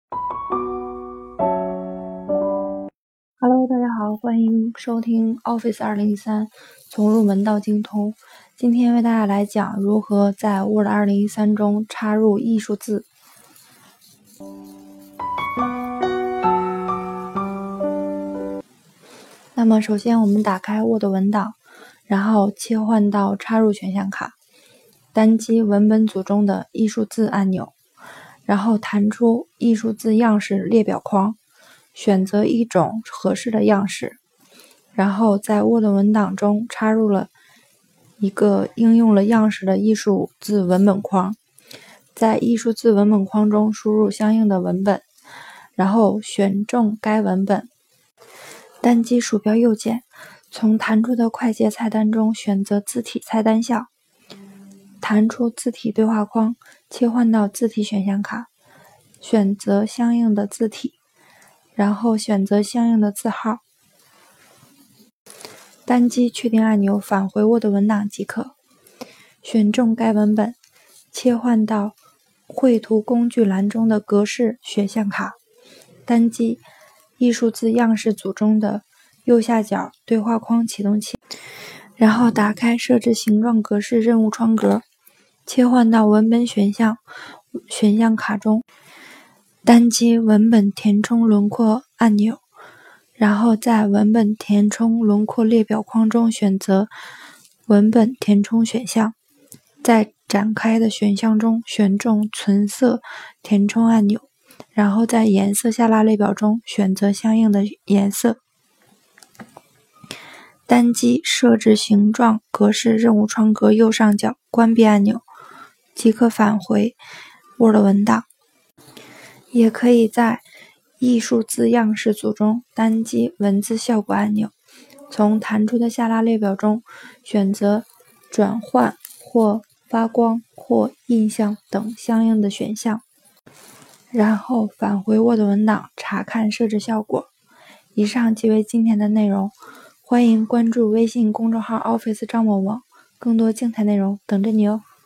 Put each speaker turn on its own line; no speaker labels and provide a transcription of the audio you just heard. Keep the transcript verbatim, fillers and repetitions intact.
Hello， 大家好，欢迎收听 Office 二零一三从入门到精通。今天为大家来讲如何在 Word 二零一三中插入艺术字。那么首先我们打开 Word 文档，然后切换到插入选项卡，单击文本组中的艺术字按钮，然后弹出艺术字样式列表框，选择一种合适的样式，然后在 Word 文档中插入了一个应用了样式的艺术字文本框，在艺术字文本框中输入相应的文本，然后选中该文本，单击鼠标右键，从弹出的快捷菜单中选择字体菜单项，弹出字体对话框，切换到字体选项卡，选择相应的字体，然后选择相应的字号，单击确定按钮返回 Word 文档即可。选中该文本，切换到绘图工具栏中的格式选项卡，单击艺术字样式组中的右下角对话框启动器，然后打开设置形状格式任务窗格，切换到文本选项选项卡中，单击文本填充轮廓按钮，然后在文本填充轮廓列表框中选择文本填充选项，在展开的选项中选中纯色填充按钮，然后在颜色下拉列表中选择相应的颜色，单击设置形状格式任务窗格右上角关闭按钮，即可返回 Word 文档。也可以在艺术字样式组中单击文字效果按钮，从弹出的下拉列表中选择转换或发光或印象等相应的选项，然后返回 Word 文档查看设置效果。以上即为今天的内容，欢迎关注微信公众号 Office 张某网，更多精彩内容等着你哦。